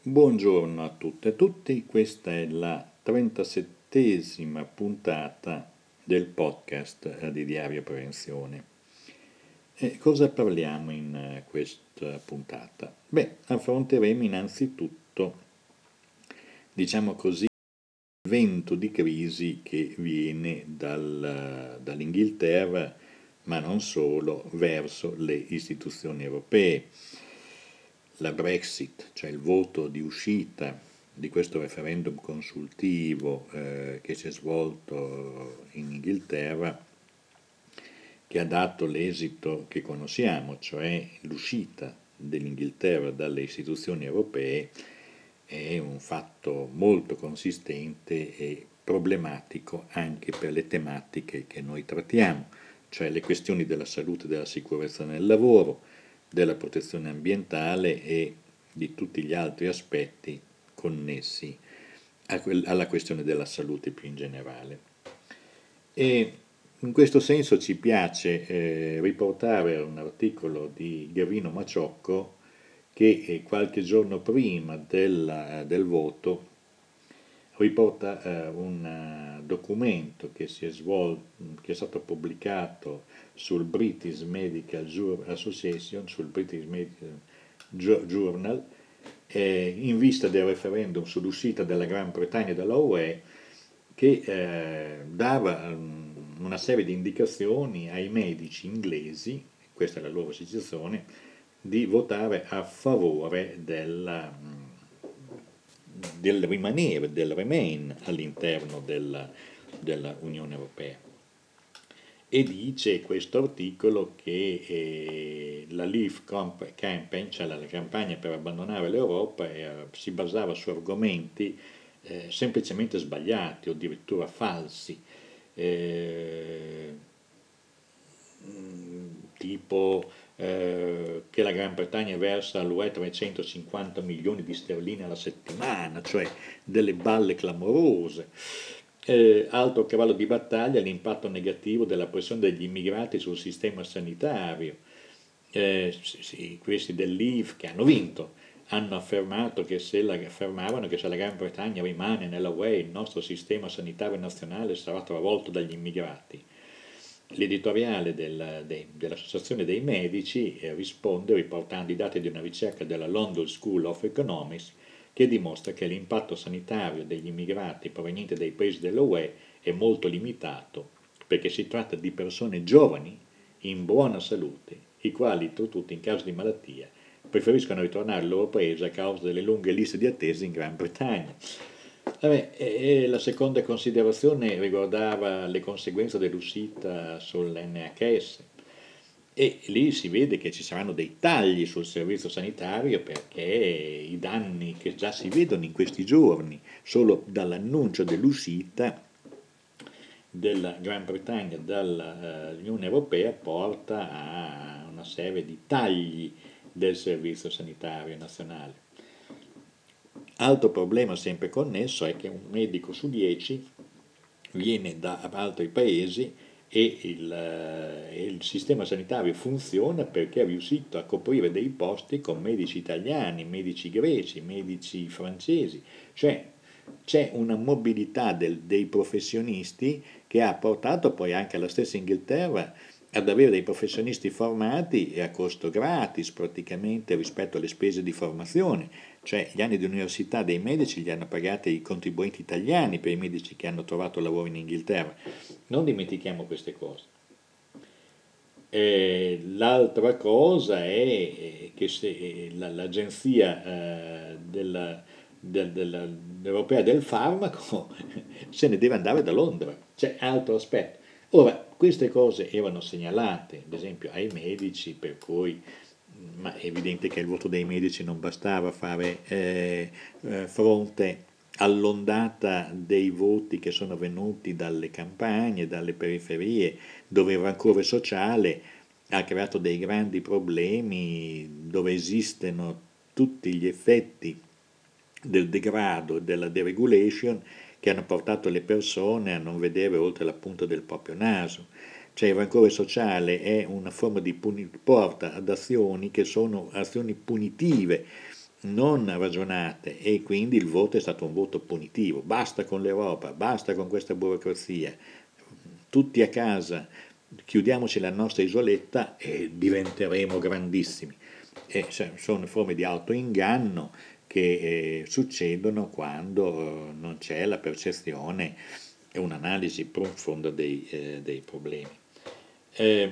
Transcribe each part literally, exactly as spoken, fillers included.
Buongiorno a tutte e a tutti, questa è la trentasettesima puntata del podcast di Diario Prevenzione. E cosa parliamo in eh, questa puntata? Beh, affronteremo innanzitutto, diciamo così, il vento di crisi che viene dal- dall'Inghilterra, ma non solo, verso le istituzioni europee. La Brexit, cioè il voto di uscita di questo referendum consultivo eh, che si è svolto in Inghilterra, che ha dato l'esito che conosciamo, cioè l'uscita dell'Inghilterra dalle istituzioni europee, è un fatto molto consistente e problematico anche per le tematiche che noi trattiamo, cioè le questioni della salute e della sicurezza nel lavoro, della protezione ambientale e di tutti gli altri aspetti connessi a quel- alla questione della salute più in generale. E in questo senso ci piace eh, riportare un articolo di Gavino Maciocco che eh, qualche giorno prima del, del voto riporta eh, un eh, documento che, si è svol- che è stato pubblicato sul British Medical Jour- Association, sul British Medical Jour- Journal, eh, in vista del referendum sull'uscita della Gran Bretagna dalla U E, che eh, dava um, una serie di indicazioni ai medici inglesi, questa è la loro situazione, di votare a favore del, del rimanere, del remain all'interno della, della Unione Europea. E dice questo articolo che eh, la Leave Camp- Campaign, cioè la campagna per abbandonare l'Europa, eh, si basava su argomenti eh, semplicemente sbagliati o addirittura falsi, eh, tipo eh, che la Gran Bretagna versa all'U E trecentocinquanta milioni di sterline alla settimana, cioè delle balle clamorose. Eh, altro cavallo di battaglia l'impatto negativo della pressione degli immigrati sul sistema sanitario. Eh, sì, sì, questi dell'I V che hanno vinto hanno affermato che se la, affermavano che se la Gran Bretagna rimane nella U E il nostro sistema sanitario nazionale sarà travolto dagli immigrati. L'editoriale del, de, dell'Associazione dei Medici eh, risponde riportando i dati di una ricerca della London School of Economics che dimostra che l'impatto sanitario degli immigrati provenienti dai paesi dell'U E è molto limitato perché si tratta di persone giovani, in buona salute, i quali, tutti in caso di malattia, preferiscono ritornare al loro paese a causa delle lunghe liste di attesa in Gran Bretagna. Vabbè, e la seconda considerazione riguardava le conseguenze dell'uscita sull'N H S e lì si vede che ci saranno dei tagli sul servizio sanitario perché i danni che già si vedono in questi giorni, solo dall'annuncio dell'uscita della Gran Bretagna dall'Unione Europea, porta a una serie di tagli del servizio sanitario nazionale. Altro problema sempre connesso è che un medico su dieci viene da altri paesi e il, eh, il sistema sanitario funziona perché è riuscito a coprire dei posti con medici italiani, medici greci, medici francesi, cioè c'è una mobilità del- dei professionisti che ha portato poi anche alla stessa Inghilterra ad avere dei professionisti formati e a costo gratis praticamente rispetto alle spese di formazione, cioè gli anni di università dei medici li hanno pagati i contribuenti italiani per i medici che hanno trovato lavoro in Inghilterra. Non dimentichiamo queste cose. Eh, l'altra cosa è eh, che se eh, la- l'agenzia eh, della- del- della- europea del farmaco se ne deve andare da Londra, c'è altro aspetto. Ora, queste cose erano segnalate, ad esempio, ai medici, per cui ma è evidente che il voto dei medici non bastava a fare eh, eh, fronte all'ondata dei voti che sono venuti dalle campagne, dalle periferie, dove il rancore sociale ha creato dei grandi problemi, dove esistono tutti gli effetti del degrado e della deregulation che hanno portato le persone a non vedere oltre la punta del proprio naso. Cioè il rancore sociale è una forma di puni- porta ad azioni che sono azioni punitive non ragionate, e quindi il voto è stato un voto punitivo. Basta con l'Europa, basta con questa burocrazia, tutti a casa, chiudiamoci la nostra isoletta e diventeremo grandissimi. E sono forme di autoinganno che eh, succedono quando eh, non c'è la percezione e un'analisi profonda dei, eh, dei problemi. Eh,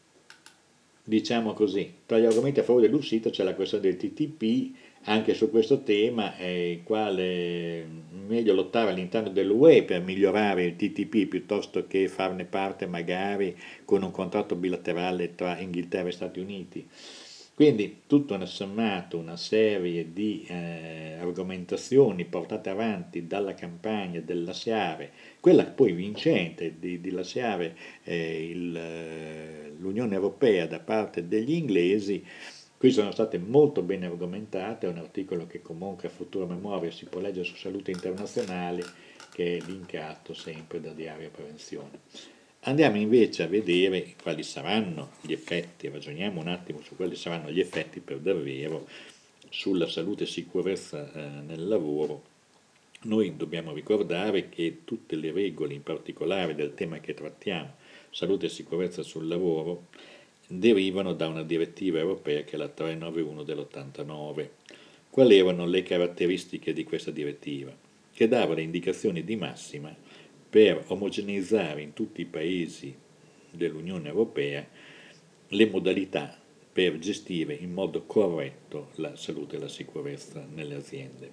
diciamo così, tra gli argomenti a favore dell'uscita c'è la questione del T T P. Anche su questo tema è il quale meglio lottare all'interno dell'U E per migliorare il T T P piuttosto che farne parte magari con un contratto bilaterale tra Inghilterra e Stati Uniti. Quindi tutto un sommato una serie di eh, argomentazioni portate avanti dalla campagna del lasciare, quella poi vincente di, di lasciare eh, il, eh, l'Unione Europea da parte degli inglesi. Qui sono state molto ben argomentate, è un articolo che comunque a futura memoria si può leggere su Salute Internazionale, che è linkato sempre da Diario Prevenzione. Andiamo invece a vedere quali saranno gli effetti, ragioniamo un attimo su quali saranno gli effetti per davvero sulla salute e sicurezza eh, nel lavoro. Noi dobbiamo ricordare che tutte le regole, in particolare del tema che trattiamo, salute e sicurezza sul lavoro, derivano da una direttiva europea che è la trecentonovantuno dell'ottantanove. Quali erano le caratteristiche di questa direttiva? Che dava le indicazioni di massima per omogeneizzare in tutti i paesi dell'Unione Europea le modalità per gestire in modo corretto la salute e la sicurezza nelle aziende.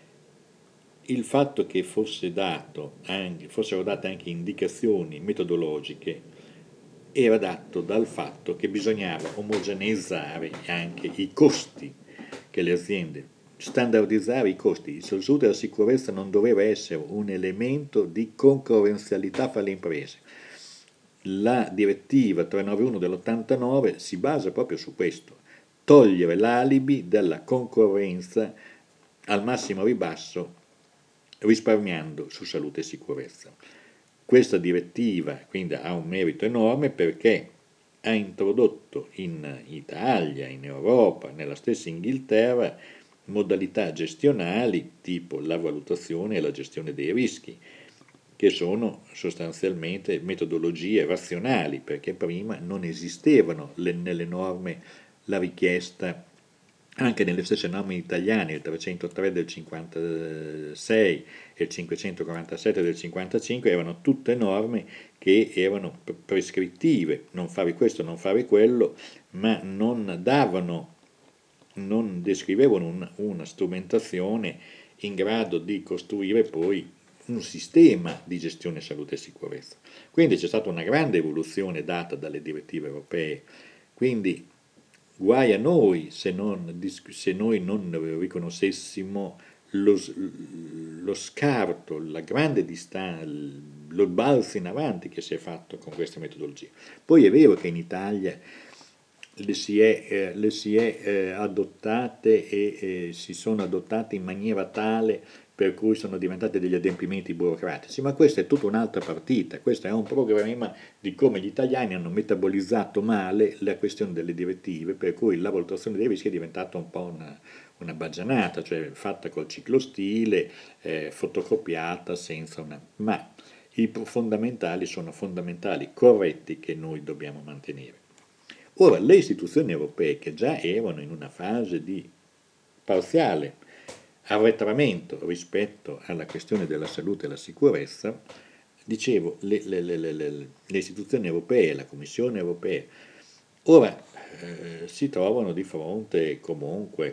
Il fatto che fosse dato anche, fossero date anche indicazioni metodologiche era dato dal fatto che bisognava omogeneizzare anche i costi che le aziende, standardizzare i costi. Il salute della sicurezza non doveva essere un elemento di concorrenzialità fra le imprese. La direttiva trecentonovantuno dell'ottantanove si basa proprio su questo, togliere l'alibi della concorrenza al massimo ribasso risparmiando su salute e sicurezza. Questa direttiva quindi ha un merito enorme perché ha introdotto in Italia, in Europa, nella stessa Inghilterra, modalità gestionali tipo la valutazione e la gestione dei rischi, che sono sostanzialmente metodologie razionali, perché prima non esistevano le, nelle norme la richiesta, anche nelle stesse norme italiane, il trecentotre del cinquantasei e il cinquecentoquarantasette del cinquantacinque, erano tutte norme che erano prescrittive, non fare questo, non fare quello, ma non davano, non descrivevano una, una strumentazione in grado di costruire poi un sistema di gestione salute e sicurezza. Quindi c'è stata una grande evoluzione data dalle direttive europee, quindi guai a noi se, non, se noi non riconoscessimo lo, lo scarto, la grande distanza, lo balzo in avanti che si è fatto con queste metodologie. Poi è vero che in Italia le si è, eh, le si è eh, adottate e eh, si sono adottate in maniera tale per cui sono diventate degli adempimenti burocratici, ma questa è tutta un'altra partita, questo è un problema di come gli italiani hanno metabolizzato male la questione delle direttive, per cui la valutazione dei rischi è diventata un po' una, una baggianata, cioè fatta col ciclostile, eh, fotocopiata senza una... ma i fondamentali sono fondamentali corretti che noi dobbiamo mantenere. Ora, le istituzioni europee, che già erano in una fase di parziale arretramento rispetto alla questione della salute e della sicurezza, dicevo, le, le, le, le, le istituzioni europee, la Commissione europea, ora eh, si trovano di fronte comunque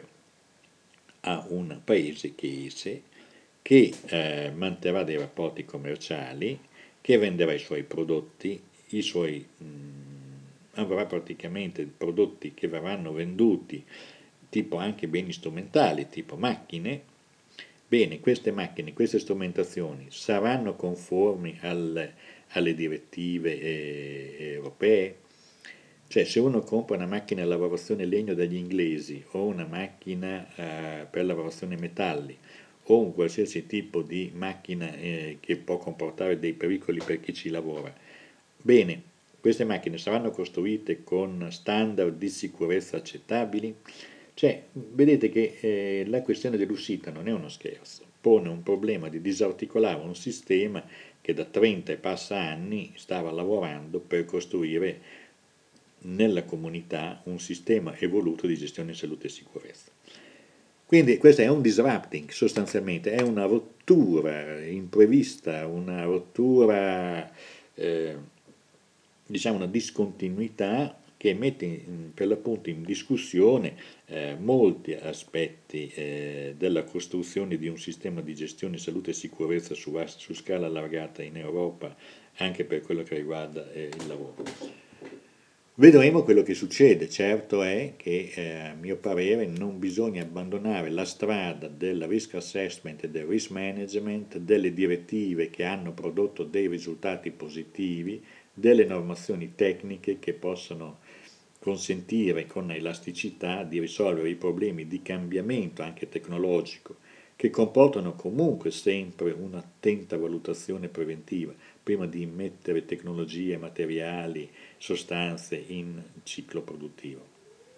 a un paese che, che eh, manterrà dei rapporti commerciali, che venderà i suoi prodotti, i suoi, mh, avrà praticamente prodotti che verranno venduti, tipo anche beni strumentali, tipo macchine. Bene, queste macchine, queste strumentazioni saranno conformi al, alle direttive eh, europee? Cioè, se uno compra una macchina a lavorazione legno dagli inglesi o una macchina eh, per lavorazione metalli o un qualsiasi tipo di macchina eh, che può comportare dei pericoli per chi ci lavora, bene, queste macchine saranno costruite con standard di sicurezza accettabili? Cioè, vedete che eh, la questione dell'uscita non è uno scherzo, pone un problema di disarticolare un sistema che da trenta e passa anni stava lavorando per costruire nella comunità un sistema evoluto di gestione salute e sicurezza. Quindi questo è un disrupting sostanzialmente, è una rottura imprevista, una rottura, eh, diciamo una discontinuità che mette in, per l'appunto in discussione eh, molti aspetti eh, della costruzione di un sistema di gestione salute e sicurezza su, su scala allargata in Europa, anche per quello che riguarda eh, il lavoro. Vedremo quello che succede, certo è che eh, a mio parere non bisogna abbandonare la strada del risk assessment e del risk management, delle direttive che hanno prodotto dei risultati positivi, delle normazioni tecniche che possono consentire con elasticità di risolvere i problemi di cambiamento anche tecnologico, che comportano comunque sempre un'attenta valutazione preventiva prima di immettere tecnologie, materiali, sostanze in ciclo produttivo.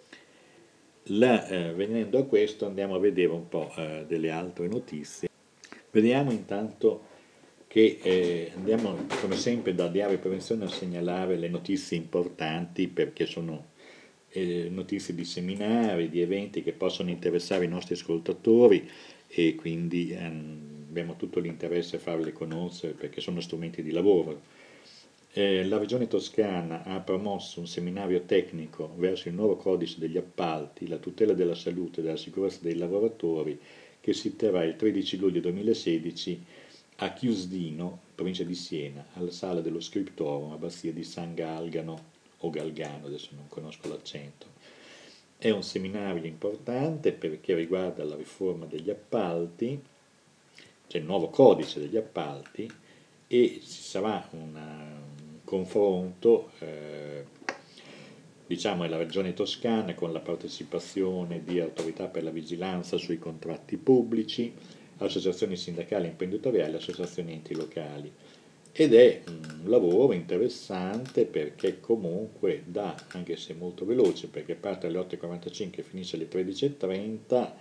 La, eh, venendo a questo andiamo a vedere un po' eh, delle altre notizie. Vediamo intanto che eh, andiamo come sempre da Diario Prevenzione a segnalare le notizie importanti perché sono eh, notizie di seminari, di eventi che possono interessare i nostri ascoltatori e quindi ehm, abbiamo tutto l'interesse a farle conoscere perché sono strumenti di lavoro. Eh, la Regione Toscana ha promosso un seminario tecnico verso il nuovo codice degli appalti, la tutela della salute e della sicurezza dei lavoratori, che si terrà il tredici luglio duemilasedici a Chiusdino, provincia di Siena, alla sala dello Scriptorum, abbazia di San Galgano o Galgano, adesso non conosco l'accento. È un seminario importante perché riguarda la riforma degli appalti, cioè il nuovo codice degli appalti, e ci sarà una, un confronto eh, diciamo nella regione toscana con la partecipazione di autorità per la vigilanza sui contratti pubblici, associazioni sindacali e imprenditoriali, associazioni enti locali. Ed è un lavoro interessante perché comunque dà, anche se molto veloce, perché parte alle otto e quarantacinque e finisce alle tredici e trenta,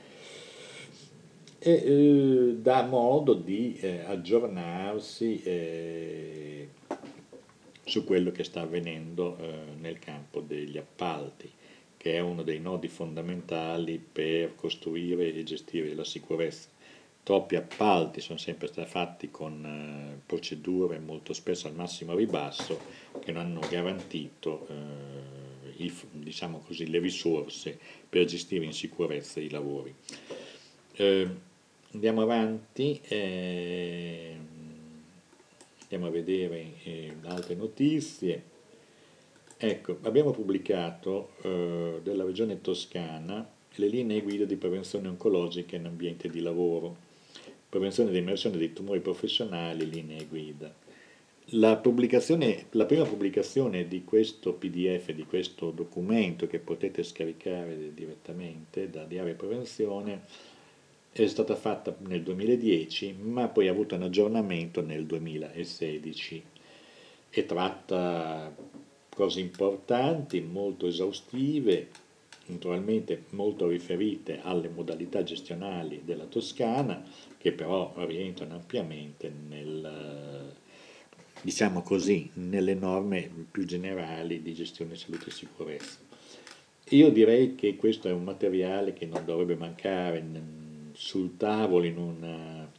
e eh, dà modo di eh, aggiornarsi eh, su quello che sta avvenendo eh, nel campo degli appalti, che è uno dei nodi fondamentali per costruire e gestire la sicurezza. Troppi appalti sono sempre stati fatti con eh, procedure molto spesso al massimo ribasso che non hanno garantito eh, i, diciamo così, le risorse per gestire in sicurezza i lavori. Eh, andiamo avanti, eh, andiamo a vedere eh, altre notizie. Ecco, abbiamo pubblicato eh, della Regione Toscana le linee guida di prevenzione oncologica in ambiente di lavoro, prevenzione di immersione dei tumori professionali, linee guida. La, pubblicazione, la prima pubblicazione di questo P D F, di questo documento che potete scaricare direttamente da Diario Prevenzione, è stata fatta nel duemiladieci, ma poi ha avuto un aggiornamento nel duemilasedici e tratta cose importanti, molto esaustive, naturalmente molto riferite alle modalità gestionali della Toscana, che però rientrano ampiamente nel, diciamo così, nelle norme più generali di gestione salute e sicurezza. Io direi che questo è un materiale che non dovrebbe mancare sul tavolo in una,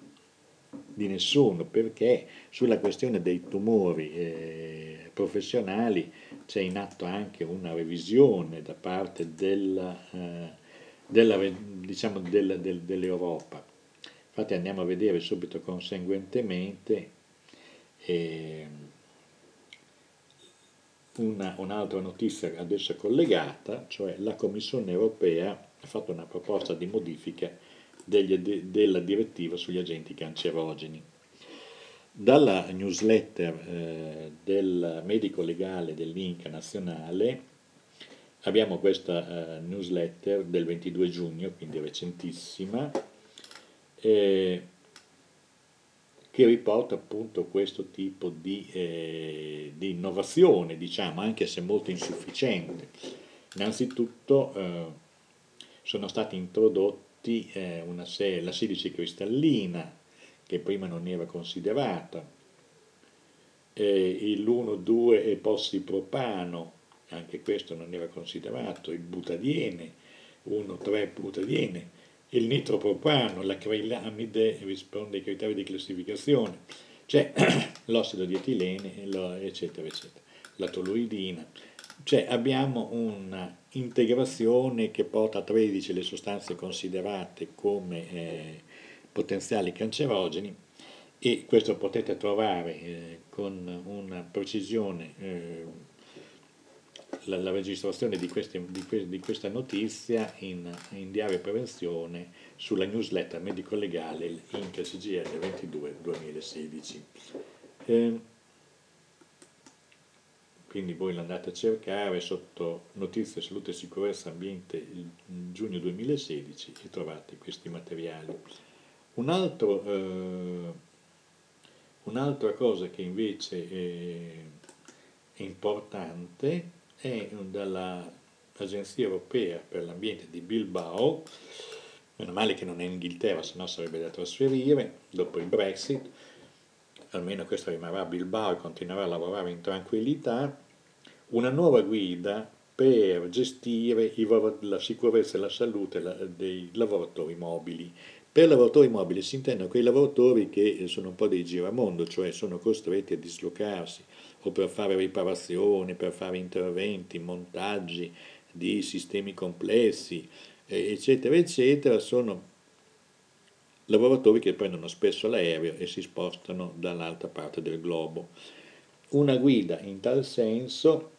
di nessuno, perché sulla questione dei tumori eh, professionali c'è in atto anche una revisione da parte della, eh, della, diciamo, della, del, dell'Europa. Infatti andiamo a vedere subito conseguentemente eh, una, un'altra notizia adesso collegata, cioè la Commissione europea ha fatto una proposta di modifica degli, de, della direttiva sugli agenti cancerogeni. Dalla newsletter eh, del medico legale dell'I N C A nazionale abbiamo questa eh, newsletter del ventidue giugno, quindi recentissima, eh, che riporta appunto questo tipo di, eh, di innovazione, diciamo, anche se molto insufficiente. Innanzitutto eh, sono stati introdotti eh, una serie, la silice cristallina, che prima non era considerata, eh, l'uno due epossipropano, anche questo non era considerato, il butadiene, uno tre butadiene, il nitropropano, l'acrilamide risponde ai criteri di classificazione, c'è l'ossido di etilene, eccetera, eccetera, la toluidina. Cioè abbiamo un'integrazione che porta a tredici le sostanze considerate come eh, potenziali cancerogeni, e questo potete trovare eh, con una precisione eh, la, la registrazione di, queste, di, que, di questa notizia in, in diario prevenzione sulla newsletter medico-legale in C G L ventidue duemilasedici. Eh, quindi voi l'andate a cercare sotto notizie, salute, sicurezza, ambiente giugno duemilasedici e trovate questi materiali. Un altro, eh, un'altra cosa che invece è importante è dall'Agenzia Europea per l'Ambiente di Bilbao, meno male che non è in Inghilterra, sennò sarebbe da trasferire dopo il Brexit, almeno questo rimarrà a Bilbao e continuerà a lavorare in tranquillità, una nuova guida per gestire i, la sicurezza e la salute dei lavoratori mobili. Per lavoratori mobili si intendono quei lavoratori che sono un po' dei giramondo, cioè sono costretti a dislocarsi o per fare riparazioni, per fare interventi, montaggi di sistemi complessi, eccetera, eccetera, sono lavoratori che prendono spesso l'aereo e si spostano dall'altra parte del globo. Una guida in tal senso,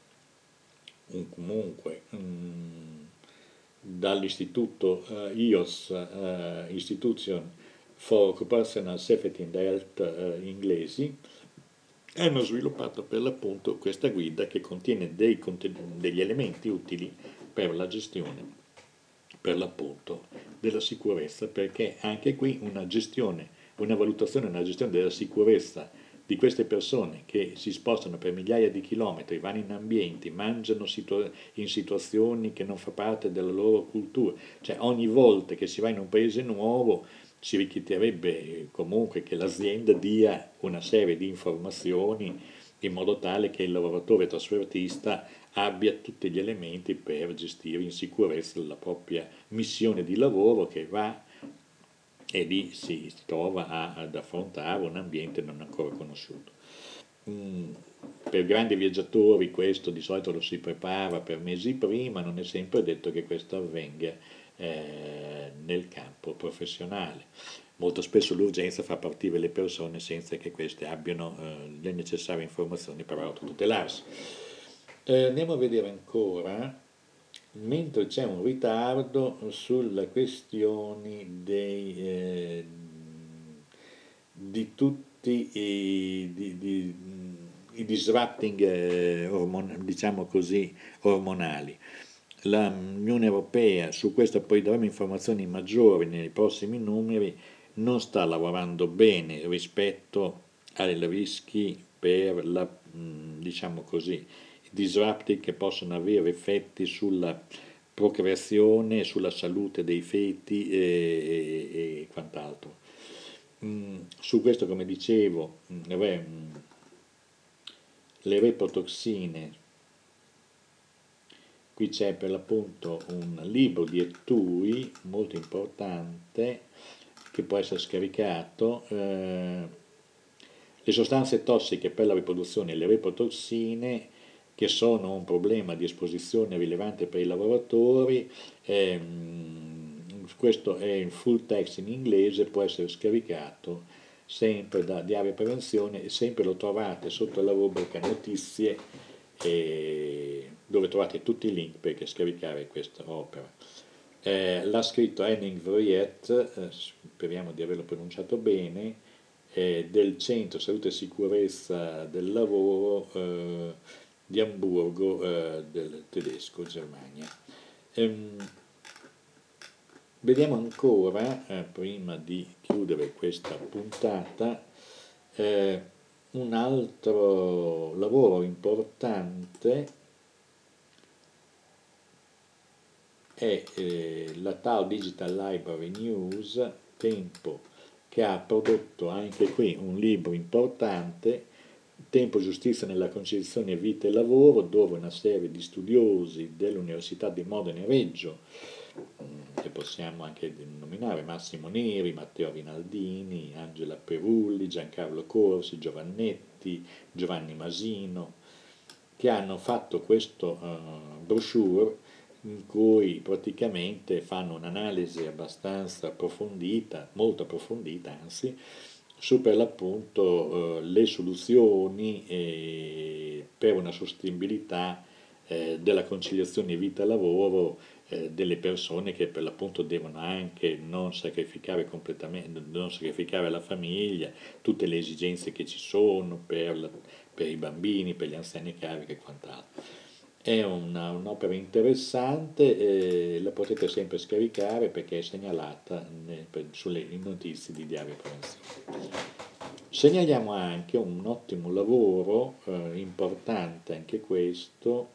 comunque, mh, dall'istituto uh, I O S, uh, Institution for Occupational Safety and Health uh, inglesi, hanno sviluppato per l'appunto questa guida che contiene dei degli elementi utili per la gestione, per l'appunto, della sicurezza, perché anche qui una gestione, una valutazione, una gestione della sicurezza di queste persone che si spostano per migliaia di chilometri, vanno in ambienti, mangiano situa- in situazioni che non fa parte della loro cultura, cioè ogni volta che si va in un paese nuovo ci richiederebbe comunque che l'azienda dia una serie di informazioni in modo tale che il lavoratore trasfertista abbia tutti gli elementi per gestire in sicurezza la propria missione di lavoro che va e lì si trova a, ad affrontare un ambiente non ancora conosciuto. Mm, per grandi viaggiatori questo di solito lo si prepara per mesi prima, non è sempre detto che questo avvenga eh, nel campo professionale. Molto spesso l'urgenza fa partire le persone senza che queste abbiano eh, le necessarie informazioni per autotutelarsi. Eh, andiamo a vedere ancora, mentre c'è un ritardo sulle questioni dei, eh, di tutti i, di, di, i disrupting eh, ormon- diciamo così, ormonali. L'Unione Europea, su questo poi daremo informazioni maggiori nei prossimi numeri, non sta lavorando bene rispetto ai rischi per la, diciamo così, disrupting che possono avere effetti sulla procreazione, sulla salute dei feti e, e, e quant'altro. Mm, su questo, come dicevo, le, le reprotossine, qui c'è per l'appunto un libro di Etui molto importante che può essere scaricato, eh, le sostanze tossiche per la riproduzione e le reprotossine che sono un problema di esposizione rilevante per i lavoratori, ehm, questo è in full text in inglese, può essere scaricato sempre da Diario Prevenzione e sempre lo trovate sotto la rubrica notizie e dove trovate tutti i link per scaricare questa opera. Eh, l'ha scritto Henning Vriet, eh, speriamo di averlo pronunciato bene, eh, del Centro Salute e Sicurezza del Lavoro eh, di Amburgo, eh, del tedesco, Germania. Ehm, vediamo ancora, eh, prima di chiudere questa puntata, eh, un altro lavoro importante è eh, la Tao Digital Library News, Tempo, che ha prodotto anche qui un libro importante, Tempo, giustizia nella conciliazione vita e lavoro, dove una serie di studiosi dell'Università di Modena e Reggio, mm, che possiamo anche nominare, Massimo Neri, Matteo Rinaldini, Angela Perulli, Giancarlo Corsi, Giovannetti, Giovanni Masino, che hanno fatto questo uh, brochure in cui praticamente fanno un'analisi abbastanza approfondita, molto approfondita anzi, su per l'appunto eh, le soluzioni eh, per una sostenibilità eh, della conciliazione vita-lavoro eh, delle persone che per l'appunto devono anche non sacrificare completamente, non sacrificare la famiglia, tutte le esigenze che ci sono per, la, per i bambini, per gli anziani carichi e quant'altro. È una, un'opera interessante, eh, la potete sempre scaricare perché è segnalata ne- per- sulle notizie di Diario Prevenzione. Segnaliamo anche un ottimo lavoro, eh, importante anche questo,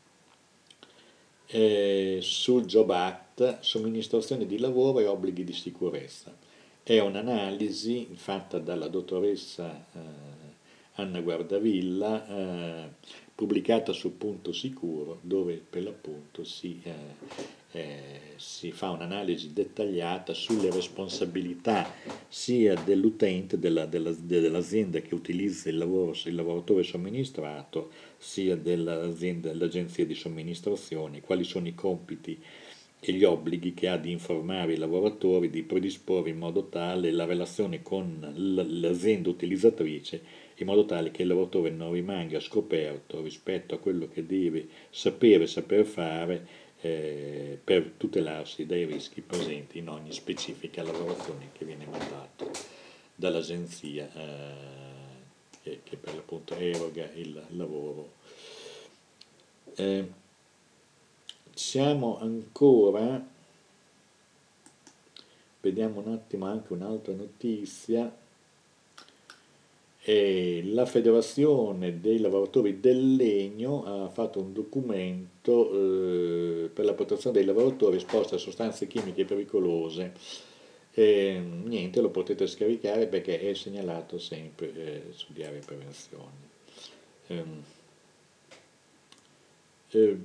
eh, sul Job Act, somministrazione di lavoro e obblighi di sicurezza. È un'analisi fatta dalla dottoressa eh, Anna Guardavilla, eh, pubblicata su Punto Sicuro, dove per l'appunto si, eh, eh, si fa un'analisi dettagliata sulle responsabilità sia dell'utente, della, della, dell'azienda che utilizza il, lavoro, il lavoratore somministrato, sia dell'azienda, dell'agenzia di somministrazione, quali sono i compiti e gli obblighi che ha di informare i lavoratori, di predisporre in modo tale la relazione con l'azienda utilizzatrice, in modo tale che il lavoratore non rimanga scoperto rispetto a quello che deve sapere, saper fare eh, per tutelarsi dai rischi presenti in ogni specifica lavorazione che viene mandata dall'agenzia eh, che, che per l'appunto eroga il lavoro. Eh, siamo ancora, vediamo un attimo anche un'altra notizia. E la Federazione dei lavoratori del legno ha fatto un documento eh, per la protezione dei lavoratori esposti a sostanze chimiche pericolose. E, niente, lo potete scaricare perché è segnalato sempre eh, su Diario Prevenzione. Ehm, eh,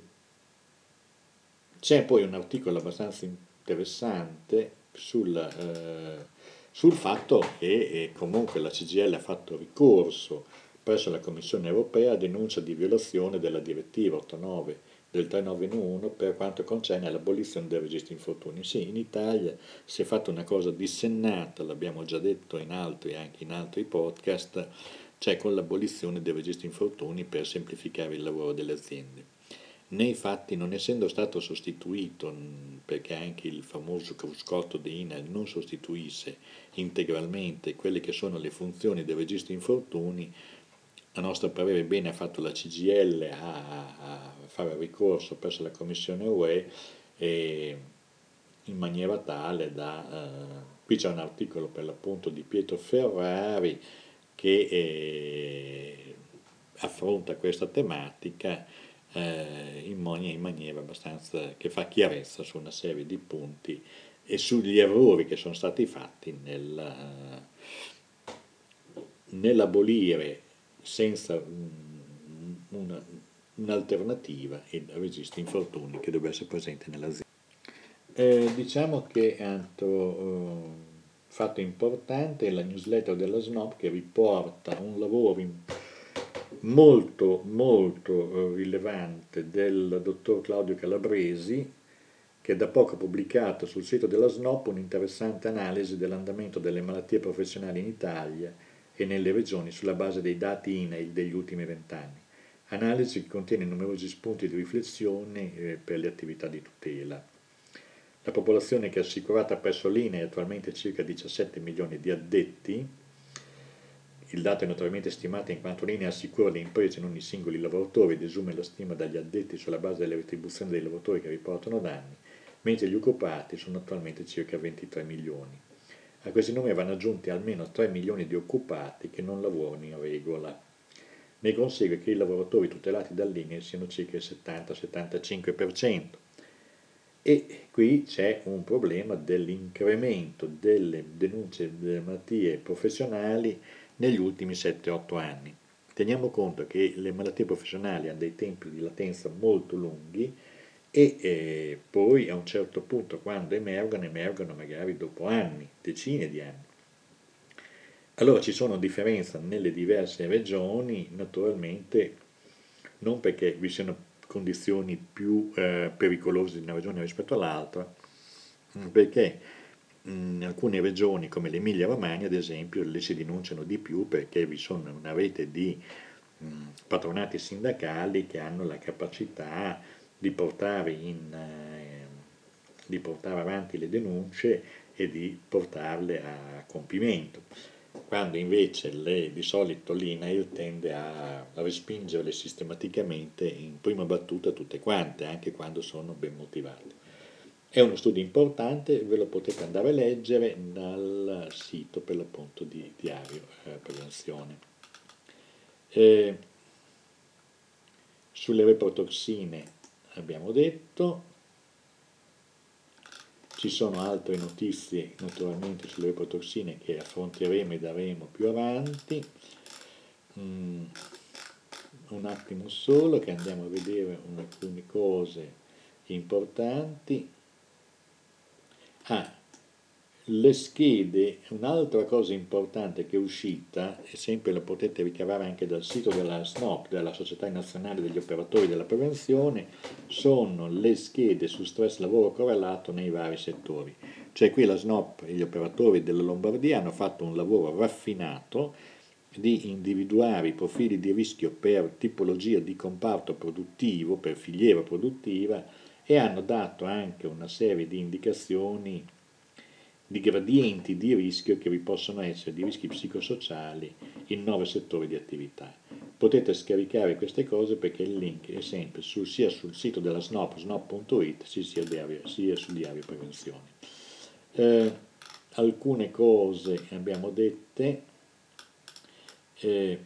C'è poi un articolo abbastanza interessante sul, eh, sul fatto che eh, comunque la C G I L ha fatto ricorso presso la Commissione europea a denuncia di violazione della direttiva ottantanove del trentoventouno per quanto concerne l'abolizione del registro infortuni. Sì, in Italia si è fatta una cosa dissennata, l'abbiamo già detto in altri, anche in altri podcast, cioè con l'abolizione del registro infortuni per semplificare il lavoro delle aziende. Nei fatti, non essendo stato sostituito, perché anche il famoso cruscotto di I N A L non sostituisse integralmente quelle che sono le funzioni del registro infortuni, a nostro parere bene ha fatto la C G I L a, a fare ricorso presso la Commissione U E e in maniera tale da... Eh, qui c'è un articolo per l'appunto di Pietro Ferrari che eh, affronta questa tematica eh, in, mani- in maniera abbastanza che fa chiarezza su una serie di punti e sugli errori che sono stati fatti nel, eh, nell'abolire senza mm, una- un'alternativa il registro infortuni che doveva essere presente nell'azienda. Eh, diciamo che è un altro eh, fatto importante è la newsletter della S N O P che riporta un lavoro in- molto molto eh, rilevante del dottor Claudio Calabresi che da poco ha pubblicato sul sito della S N O P un'interessante analisi dell'andamento delle malattie professionali in Italia e nelle regioni sulla base dei dati I N A I L degli ultimi vent'anni. Analisi che contiene numerosi spunti di riflessione eh, per le attività di tutela. La popolazione che è assicurata presso l'I N A I è attualmente circa diciassette milioni di addetti. Il dato è notoriamente stimato in quanto l'I N A I assicura le imprese e non i singoli lavoratori ed esume la stima dagli addetti sulla base delle retribuzioni dei lavoratori che riportano danni, mentre gli occupati sono attualmente circa ventitré milioni. A questi numeri vanno aggiunti almeno tre milioni di occupati che non lavorano in regola. Ne consegue che i lavoratori tutelati dall'I N A I siano circa il settanta settantacinque per cento. E qui c'è un problema dell'incremento delle denunce delle malattie professionali negli ultimi sette otto anni. Teniamo conto che le malattie professionali hanno dei tempi di latenza molto lunghi e eh, poi a un certo punto quando emergono, emergono magari dopo anni, decine di anni. Allora ci sono differenze nelle diverse regioni, naturalmente non perché vi siano condizioni più eh, pericolose di una regione rispetto all'altra, mm, perché in alcune regioni come l'Emilia Romagna, ad esempio, le si denunciano di più perché vi sono una rete di mh, patronati sindacali che hanno la capacità di portare, in, eh, di portare avanti le denunce e di portarle a compimento, quando invece le, di solito l'I N A I L tende a, a respingerle sistematicamente in prima battuta tutte quante, anche quando sono ben motivate. È uno studio importante, ve lo potete andare a leggere dal sito per l'appunto di Diario eh, Prevenzione. Eh, sulle reprotossine abbiamo detto, ci sono altre notizie naturalmente sulle reprotossine che affronteremo e daremo più avanti. Mm, un attimo solo che andiamo a vedere alcune cose importanti. Ah, le schede, un'altra cosa importante che è uscita, e sempre la potete ricavare anche dal sito della S N O P, della Società Nazionale degli Operatori della Prevenzione, sono le schede su stress lavoro correlato nei vari settori. Cioè qui la S N O P e gli operatori della Lombardia hanno fatto un lavoro raffinato di individuare i profili di rischio per tipologia di comparto produttivo, per filiera produttiva, e hanno dato anche una serie di indicazioni di gradienti di rischio che vi possono essere, di rischi psicosociali in nove settori di attività. Potete scaricare queste cose perché il link è sempre sul, sia sul sito della S N O P, snop punto it, sia, diario, sia su Diario Prevenzione. Eh, alcune cose abbiamo dette. Eh,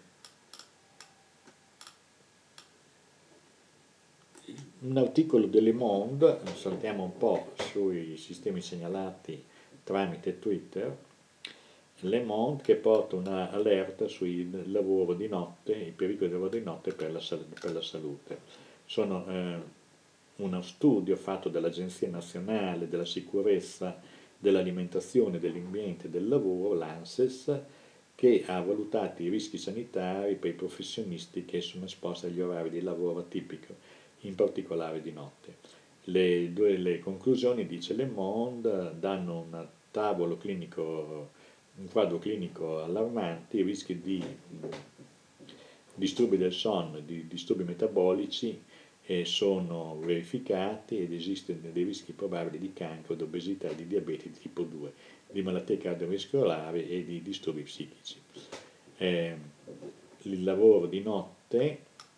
un articolo de Le Monde, saltiamo un po' sui sistemi segnalati tramite Twitter, Le Monde che porta una allerta sul lavoro di notte, i pericoli del lavoro di notte per la, per la salute. Sono eh, uno studio fatto dall'Agenzia Nazionale della Sicurezza dell'Alimentazione, dell'Ambiente e del Lavoro, l'ANSES, che ha valutato i rischi sanitari per i professionisti che sono esposti agli orari di lavoro atipico, in particolare di notte. Le, due, le conclusioni, dice Le Monde, danno un tavolo clinico, un quadro clinico allarmante, i rischi di disturbi del sonno, di disturbi metabolici eh, sono verificati ed esistono dei rischi probabili di cancro, di obesità, di diabete di tipo due, di malattie cardiovascolari e di disturbi psichici. Eh, il lavoro di notte,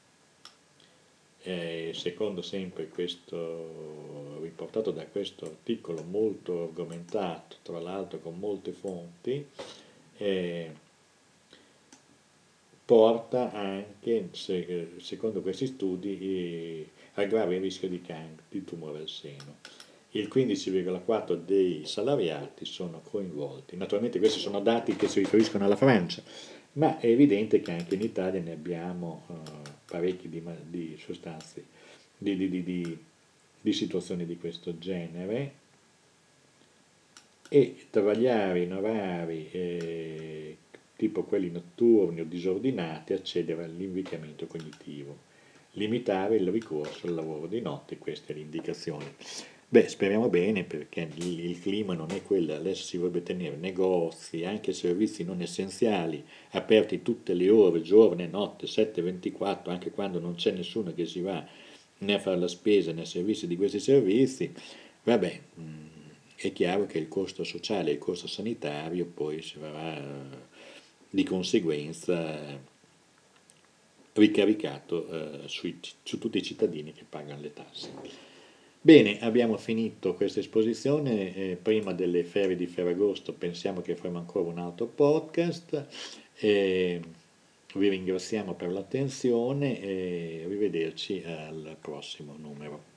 eh, secondo sempre questo, riportato da questo articolo molto argomentato, tra l'altro con molte fonti, eh, porta anche, se, secondo questi studi, eh, aggrava il rischio di cancro, di tumore al seno. Il quindici virgola quattro dei salariati sono coinvolti. Naturalmente questi sono dati che si riferiscono alla Francia, ma è evidente che anche in Italia ne abbiamo eh, parecchi di, di sostanze, di, di, di, di situazioni di questo genere, e travagliare in orari eh, tipo quelli notturni o disordinati, accedere all'invecchiamento cognitivo, limitare il ricorso al lavoro di notte, questa è l'indicazione. Beh, speriamo bene perché il, il clima non è quello, adesso si vorrebbe tenere negozi, anche servizi non essenziali, aperti tutte le ore, giorno e notte, sette ventiquattro, anche quando non c'è nessuno che si va né a fare la spesa né a servizi di questi servizi. Vabbè, mh, è chiaro che il costo sociale e il costo sanitario poi si verrà eh, di conseguenza eh, ricaricato eh, sui, su tutti i cittadini che pagano le tasse. Bene, abbiamo finito questa esposizione, eh, prima delle ferie di Ferragosto pensiamo che faremo ancora un altro podcast, e vi ringraziamo per l'attenzione e arrivederci al prossimo numero.